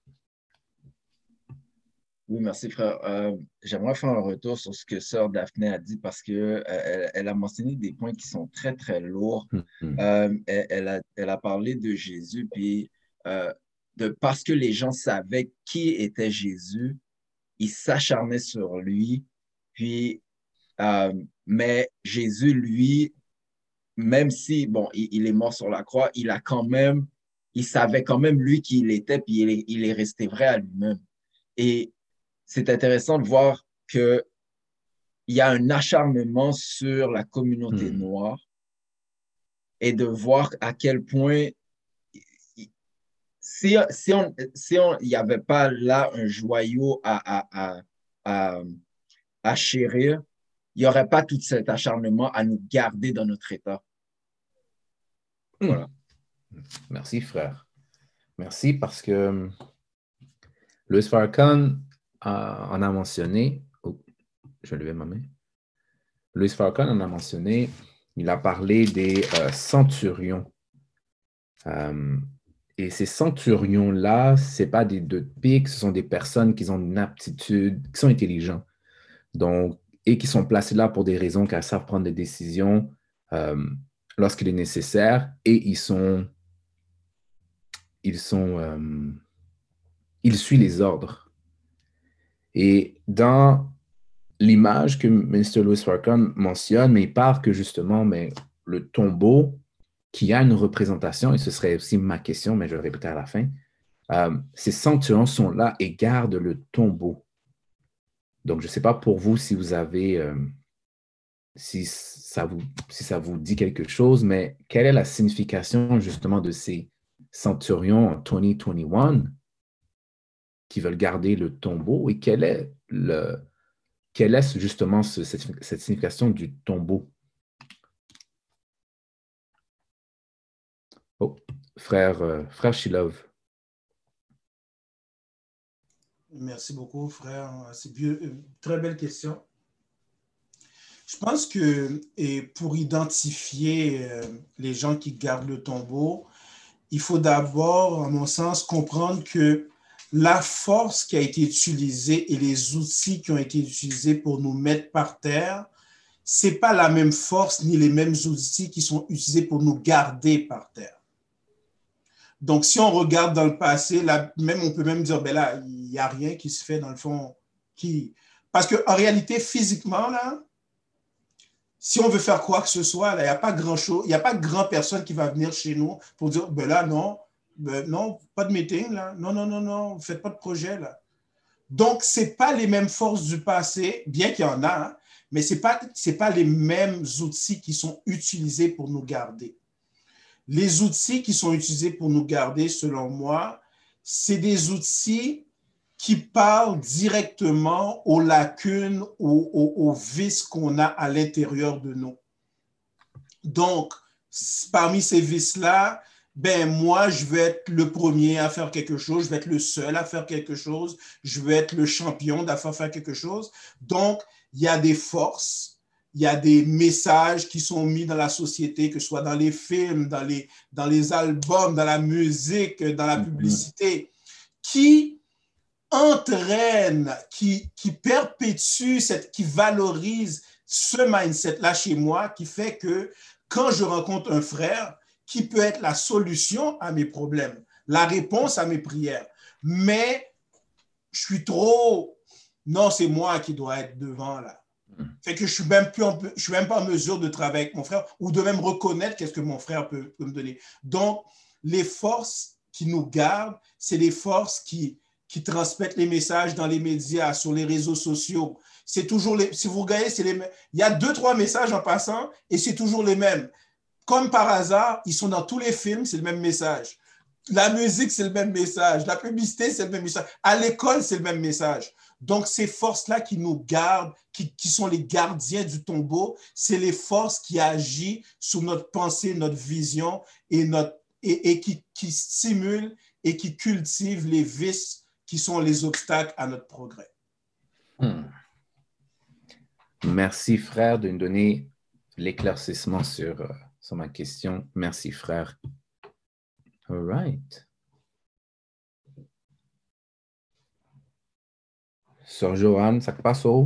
Oui, merci, frère. Euh, j'aimerais faire un retour sur ce que sœur Daphné a dit parce qu'elle euh, elle a mentionné des points qui sont très, très lourds. Mm-hmm. Euh, elle, elle, a, elle a parlé de Jésus, puis euh, de, parce que les gens savaient qui était Jésus, ils s'acharnaient sur lui. Puis, euh, mais Jésus, lui, même si, bon, il, il est mort sur la croix, il a quand même, il savait quand même lui qui il était, puis il est, il est resté vrai à lui-même. Et c'est intéressant de voir qu'il y a un acharnement sur la communauté Mm. noire et de voir à quel point, si, si on si on, il n'y avait pas là un joyau à, à, à, à, à chérir, il n'y aurait pas tout cet acharnement à nous garder dans notre état. Mm. Voilà. Merci, frère. Merci parce que Louis Farrakhan euh, en a mentionné. Oh, je vais lever ma main. Louis Farrakhan en a mentionné. Il a parlé des euh, centurions. Euh, et ces centurions-là, ce n'est pas des deux de pique, ce sont des personnes qui ont une aptitude, qui sont intelligents. Donc, et qui sont placés là pour des raisons qu'elles savent prendre des décisions euh, lorsqu'il est nécessaire. Et ils sont. Ils sont. Euh, ils suivent les ordres. Et dans l'image que ministre Louis Farrakhan mentionne, mais il parle que justement, mais le tombeau qui a une représentation, et ce serait aussi ma question, mais je vais le répéter à la fin, euh, ces centurions sont là et gardent le tombeau. Donc, je ne sais pas pour vous si vous avez, euh, si, ça vous, si ça vous dit quelque chose, mais quelle est la signification justement de ces centurions en deux mille vingt et un qui veulent garder le tombeau et quel est le, quelle est justement ce, cette, cette signification du tombeau? Oh, frère, euh, frère Shilov. Merci beaucoup, frère. C'est bien, très belle question. Je pense que et pour identifier euh, les gens qui gardent le tombeau, il faut d'abord, à mon sens, comprendre que la force qui a été utilisée et les outils qui ont été utilisés pour nous mettre par terre, ce n'est pas la même force ni les mêmes outils qui sont utilisés pour nous garder par terre. Donc, si on regarde dans le passé, là, même, on peut même dire, ben là, il n'y a rien qui se fait dans le fond. Qui... Parce qu'en réalité, physiquement, là, si on veut faire quoi que ce soit, il n'y a pas grand-chose, il n'y a pas de grand personne qui va venir chez nous pour dire, ben là, non, ben non, pas de meeting, là. Non, non, non, non, vous ne faites pas de projet, là. Donc, ce n'est pas les mêmes forces du passé, bien qu'il y en a, hein, mais ce n'est pas, c'est pas les mêmes outils qui sont utilisés pour nous garder. Les outils qui sont utilisés pour nous garder, selon moi, c'est des outils qui parlent directement aux lacunes, aux, aux, aux vices qu'on a à l'intérieur de nous. Donc, parmi ces vices-là, ben moi, je vais être le premier à faire quelque chose, je vais être le seul à faire quelque chose, je vais être le champion d'à faire quelque chose. Donc, il y a des forces il y a des messages qui sont mis dans la société, que ce soit dans les films, dans les, dans les albums, dans la musique, dans la publicité, qui entraînent, qui, qui perpétuent, cette, qui valorisent ce mindset-là chez moi, qui fait que quand je rencontre un frère, qui peut être la solution à mes problèmes, la réponse à mes prières, mais je suis trop... Non, c'est moi qui dois être devant, là. Fait que je suis même plus en, je suis même pas en mesure de travailler avec mon frère ou de même reconnaître qu'est-ce que mon frère peut, peut me donner. Donc, les forces qui nous gardent, c'est les forces qui, qui transmettent les messages dans les médias, sur les réseaux sociaux. C'est toujours les... Si vous regardez, c'est les mêmes. Il y a deux, trois messages en passant et c'est toujours les mêmes. Comme par hasard, ils sont dans tous les films, c'est le même message. La musique, c'est le même message. La publicité, c'est le même message. À l'école, c'est le même message. Donc, ces forces-là qui nous gardent, qui, qui sont les gardiens du tombeau, c'est les forces qui agissent sur notre pensée, notre vision et, notre, et, et qui, qui stimulent et qui cultivent les vices qui sont les obstacles à notre progrès. Hmm. Merci, frère, de nous donner l'éclaircissement sur, euh, sur ma question. Merci, frère. All right. Sœur Joanne, ça passe où?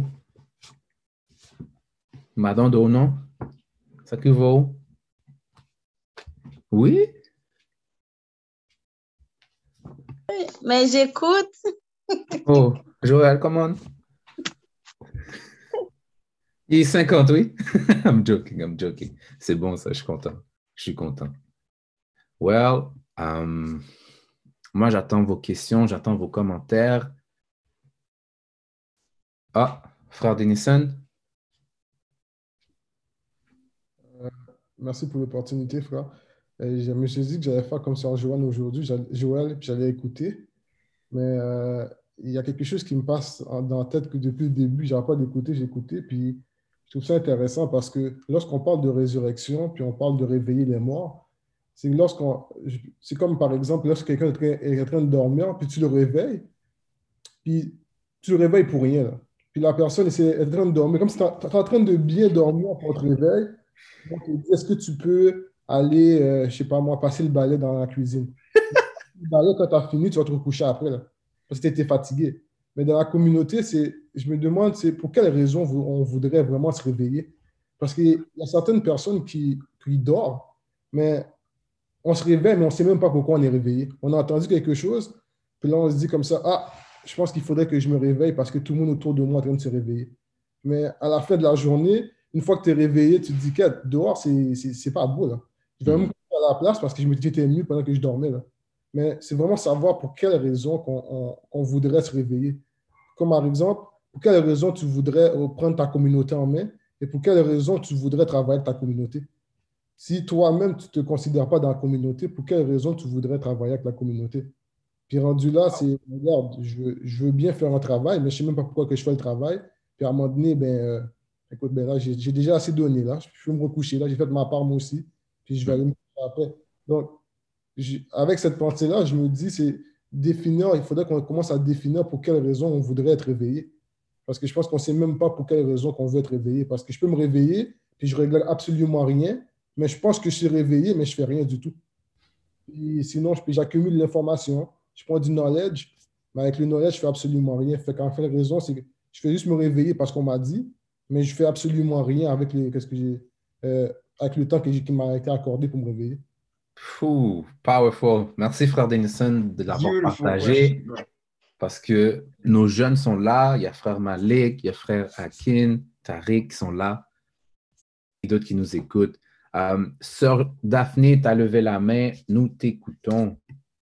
Madame Donon, ça que vaut? Oui? Mais j'écoute. Oh, Joël, come on. Il est cinquante, oui? I'm joking, I'm joking. C'est bon, ça, je suis content. Je suis content. Well, um, moi, j'attends vos questions, j'attends vos commentaires. Ah, frère Denison? Euh, merci pour l'opportunité, frère. Euh, je me suis dit que j'allais faire comme Sœur Joanne aujourd'hui, j'allais- Joël, puis j'allais écouter. Mais euh, il y a quelque chose qui me passe en- dans la tête que depuis le début, je n'arrête pas d'écouter, j'écoutais. Puis je trouve ça intéressant parce que lorsqu'on parle de résurrection, puis on parle de réveiller les morts, c'est lorsqu'on, je- c'est comme par exemple, lorsque quelqu'un est, en train est en train de dormir, puis tu le réveilles, puis tu le réveilles pour rien, là. Puis la personne est est en train de dormir, comme si tu es en train de bien dormir quand on te réveille. Donc, il dit, est-ce que tu peux aller, euh, je ne sais pas moi, passer le balai dans la cuisine? Le balai, quand tu as fini, tu vas te recoucher après, là, parce que tu étais fatigué. Mais dans la communauté, c'est, je me demande, c'est pour quelle raison vous- on voudrait vraiment se réveiller? Parce qu'il y a certaines personnes qui, qui dorment, mais on se réveille, mais on ne sait même pas pourquoi on est réveillé. On a entendu quelque chose, puis là, on se dit comme ça, ah, je pense qu'il faudrait que je me réveille parce que tout le monde autour de moi est en train de se réveiller. Mais à la fin de la journée, une fois que tu es réveillé, tu te dis que dehors, c'est c'est- c'est pas beau, là. Je vais même Hmm. coucher à la place parce que je me dis que j'étais mieux pendant que je dormais, là. Mais c'est vraiment savoir pour quelle raison qu'on on- qu'on voudrait se réveiller. Comme par exemple, pour quelle raison tu voudrais reprendre ta communauté en main et pour quelle raison tu voudrais travailler avec ta communauté. Si toi-même, tu ne te considères pas dans la communauté, pour quelle raison tu voudrais travailler avec la communauté? Puis rendu là, c'est, regarde, je veux, je veux bien faire un travail, mais je ne sais même pas pourquoi que je fais le travail. Puis à un moment donné, ben, euh, écoute, ben là, j'ai j'ai déjà assez donné, là. Je peux me recoucher, là. J'ai fait ma part, moi aussi. Puis je vais aller me coucher après. Donc, je- avec cette pensée-là, je me dis, c'est définir, il faudrait qu'on commence à définir pour quelle raison on voudrait être réveillé. Parce que je pense qu'on ne sait même pas pour quelle raison qu'on veut être réveillé. Parce que je peux me réveiller, puis je ne règle absolument rien, mais je pense que je suis réveillé, mais je ne fais rien du tout. Puis sinon, je- puis j'accumule l'information, je prends du knowledge, mais avec le knowledge, je ne fais absolument rien. Fait qu'en fait, la raison, c'est que je fais juste me réveiller parce qu'on m'a dit, mais je ne fais absolument rien avec, les, qu'est-ce que j'ai, euh, avec le temps que j'ai- qui m'a été accordé pour me réveiller. Fou, powerful. Merci, frère Denison, de l'avoir Beautiful partagé. question. Parce que nos jeunes sont là. Il y a frère Malik, il y a frère Akin, Tariq qui sont là. Et d'autres qui nous écoutent. Euh, Sœur Daphné, tu as levé la main. Nous t'écoutons.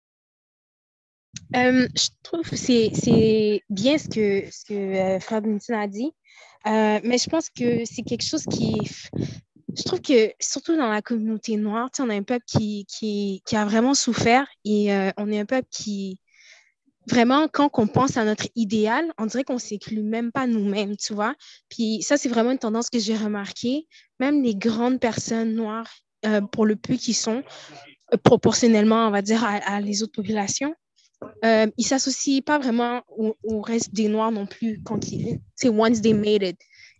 Euh, je trouve que c'est c'est bien ce que, ce que euh, Frère Benson a dit, Euh, mais je pense que c'est quelque chose qui... Je trouve que, surtout dans la communauté noire, tu sais, on a un peuple qui, qui, qui a vraiment souffert et euh, on est un peuple qui, vraiment, quand on pense à notre idéal, on dirait qu'on ne s'éclut même pas nous-mêmes, tu vois. Puis ça, c'est vraiment une tendance que j'ai remarquée. Même les grandes personnes noires, euh, pour le peu qu'ils sont, euh, proportionnellement, on va dire, à, à les autres populations, euh, ils ne s'associent pas vraiment au, au reste des Noirs non plus quand ils, c'est once they made it.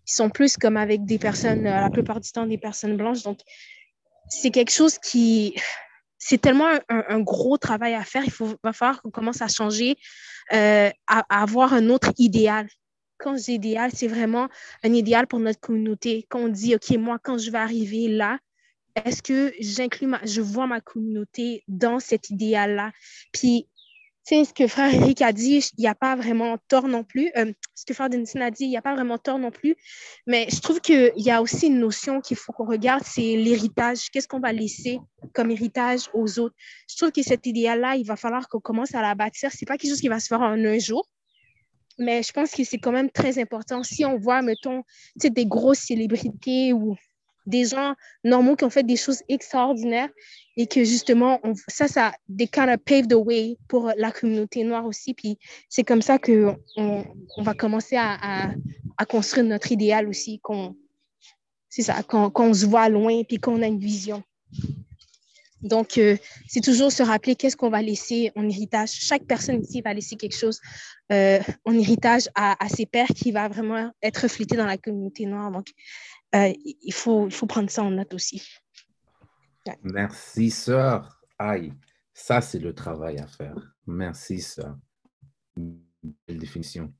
ils sont plus comme avec des personnes, euh, la plupart du temps, des personnes blanches. Donc, c'est quelque chose qui, c'est tellement un, un gros travail à faire. Il faut, va falloir qu'on commence à changer, euh, à, à avoir un autre idéal. Quand je dis idéal, c'est vraiment un idéal pour notre communauté. Quand on dit, OK, moi, quand je vais arriver là, est-ce que j'inclus ma, je vois ma communauté dans cet idéal-là? Puis, tu sais, ce que frère Eric a dit, il n'y a pas vraiment tort non plus. Euh, ce que frère Denison a dit, il n'y a pas vraiment tort non plus. Mais je trouve qu'il y a aussi une notion qu'il faut qu'on regarde, c'est l'héritage. Qu'est-ce qu'on va laisser comme héritage aux autres? Je trouve que cet idéal-là, il va falloir qu'on commence à la bâtir. Ce n'est pas quelque chose qui va se faire en un jour. Mais je pense que c'est quand même très important. Si on voit, mettons, des grosses célébrités ou des gens normaux qui ont fait des choses extraordinaires et que justement, on, ça, ça, they kind of pave the way pour la communauté noire aussi. Puis c'est comme ça qu'on on va commencer à, à, à construire notre idéal aussi, qu'on, c'est ça, qu'on, qu'on se voit loin puis qu'on a une vision. Donc, euh, c'est toujours se rappeler qu'est-ce qu'on va laisser en héritage. Chaque personne ici va laisser quelque chose euh, en héritage à, à ses pairs qui va vraiment être reflété dans la communauté noire. Donc, euh, il, faut, il faut prendre ça en note aussi. Ouais. Merci, sœur. Aïe, ça, c'est le travail à faire. Merci, sœur. Belle définition.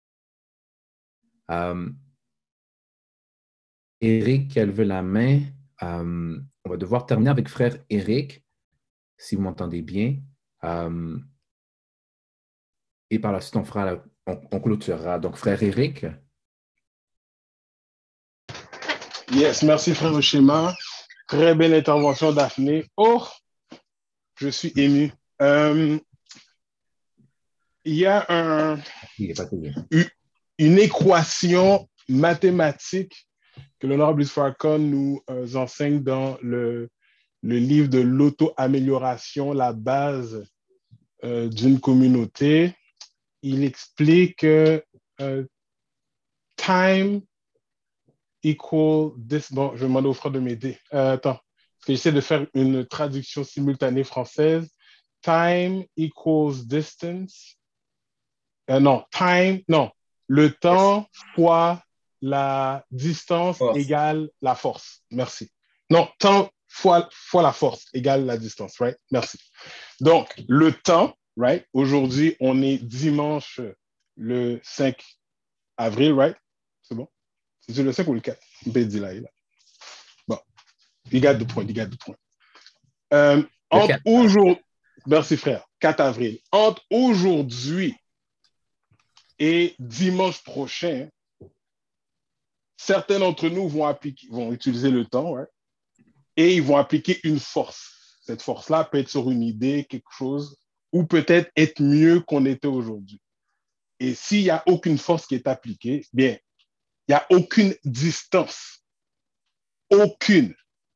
Euh, Eric, elle veut la main. Euh, on va devoir terminer avec frère Eric, si vous m'entendez bien. Euh, et par la suite, on, fera la, on, on clôturera. Donc, frère Eric. Yes, merci frère Schéma. Très belle intervention, Daphné. Oh, je suis ému. Euh, il y a un, il pas une, une équation mathématique que l'honorable Farrakhan nous euh, enseigne dans le, le livre de l'auto-amélioration, la base euh, d'une communauté. Il explique que euh, time equal this. Bon, je vais demander au frère de m'aider. Euh, attends, parce que j'essaie de faire une traduction simultanée française. Time equals distance. Euh, non, time, non. Le temps yes. fois la distance force. Égale la force. Merci. Non, temps fois, fois la force égale la distance, right? Merci. Donc, le temps, right? Aujourd'hui, on est dimanche le cinq avril, right? C'est bon? C'est le cinq ou le quatre? Là, là. Bon. You got the point, you got the point. Euh, entre aujourd'hui, merci frère, quatre avril. Entre aujourd'hui et dimanche prochain, certains d'entre nous vont, appliquer, vont utiliser le temps, right? Et ils vont appliquer une force. Cette force-là peut être sur une idée, quelque chose, ou peut-être être mieux qu'on était aujourd'hui. Et s'il n'y a aucune force qui est appliquée, bien, il n'y a aucune distance. Aucune.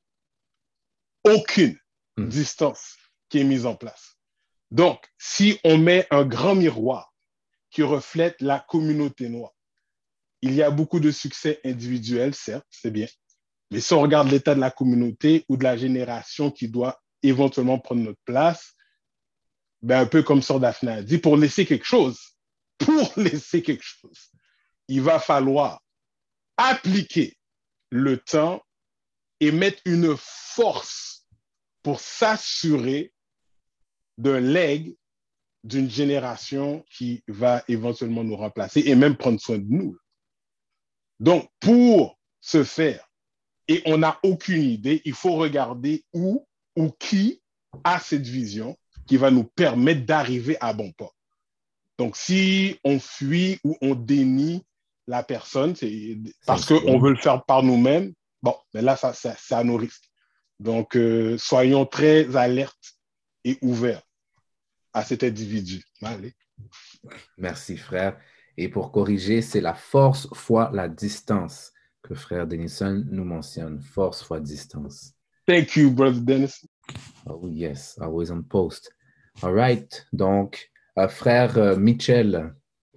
Aucune mmh. distance qui est mise en place. Donc, si on met un grand miroir qui reflète la communauté noire, il y a beaucoup de succès individuels, certes, c'est bien. Mais si on regarde l'état de la communauté ou de la génération qui doit éventuellement prendre notre place, ben un peu comme Sœur Daphné a dit, pour laisser quelque chose, pour laisser quelque chose, il va falloir appliquer le temps et mettre une force pour s'assurer d'un legs d'une génération qui va éventuellement nous remplacer et même prendre soin de nous. Donc, pour ce faire, et on n'a aucune idée, il faut regarder où ou qui a cette vision qui va nous permettre d'arriver à bon port. Donc, si on fuit ou on dénie la personne, c'est parce qu'on veut le faire par nous-mêmes, bon, mais là, ça, ça, c'est à nos risques. Donc, euh, soyons très alertes et ouverts à cet individu. Allez. Merci, frère. Et pour corriger, c'est la force fois la distance que frère Denison nous mentionne. Force fois distance. Thank you, brother Dennis. Oh, yes, always on post. All right. Donc, euh, frère euh, Mitchell,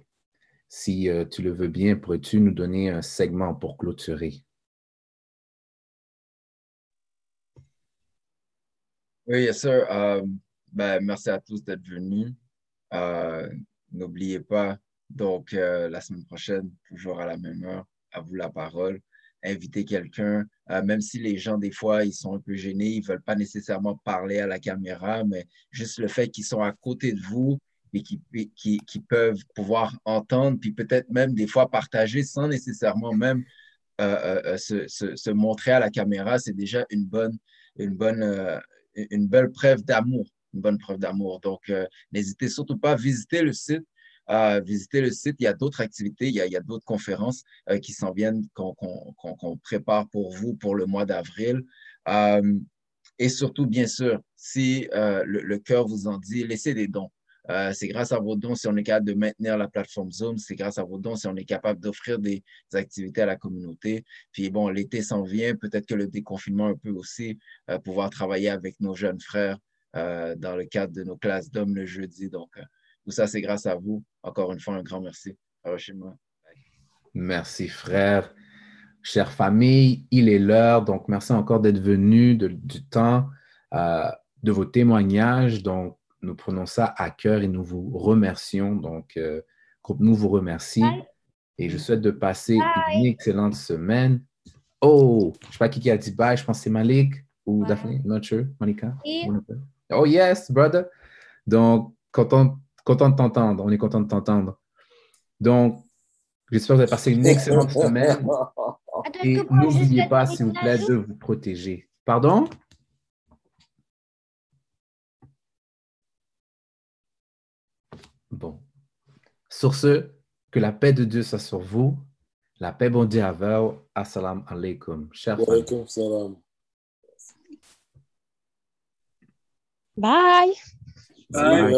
si euh, tu le veux bien, pourrais-tu nous donner un segment pour clôturer? Oui, yes, sir. Euh, ben, merci à tous d'être venus. Euh, n'oubliez pas, donc, euh, la semaine prochaine, toujours à la même heure, à vous la parole. Inviter quelqu'un, euh, même si les gens, des fois, ils sont un peu gênés, ils ne veulent pas nécessairement parler à la caméra, mais juste le fait qu'ils sont à côté de vous et qui, qui, qui peuvent pouvoir entendre, puis peut-être même des fois partager sans nécessairement même euh, euh, se, se, se montrer à la caméra, c'est déjà une bonne, une bonne, euh, une belle preuve d'amour, une bonne preuve d'amour. Donc, euh, n'hésitez surtout pas à visiter le site. Euh, visiter le site, il y a d'autres activités, il y a, il y a d'autres conférences euh, qui s'en viennent, qu'on qu'on, qu'on, qu'on prépare pour vous pour le mois d'avril. Euh, et surtout, bien sûr, si euh, le, le cœur vous en dit, laissez des dons. Euh, c'est grâce à vos dons si on est capable de maintenir la plateforme Zoom. C'est grâce à vos dons si on est capable d'offrir des, des activités à la communauté. Puis bon, l'été s'en vient. Peut-être que le déconfinement un peu aussi, euh, pouvoir travailler avec nos jeunes frères euh, dans le cadre de nos classes d'hommes le jeudi. Donc, euh, tout ça, c'est grâce à vous. Encore une fois, un grand merci. Hiroshima. Merci, frère. Chère famille, il est l'heure. Donc, merci encore d'être venu, de, du temps, euh, de vos témoignages. Donc, nous prenons ça à cœur et nous vous remercions. Donc, euh, groupe nous vous remercie. Bye. Et je souhaite de passer bye. Une excellente semaine. Oh, je ne sais pas qui, qui a dit bye. Je pense que c'est Malik ou Daphne. Not sure. Monica. Yeah. Oh, yes, brother. Donc, content, content de t'entendre. On est content de t'entendre. Donc, j'espère que vous avez passé une excellente semaine. Et n'oubliez pas, s'il vous plaît, de vous protéger. Pardon? Bon. Sur ce, que la paix de Dieu soit sur vous. La paix bon Dieu avec vous. Assalamu alaikum. Chers salam. Bye. Bye. Bye.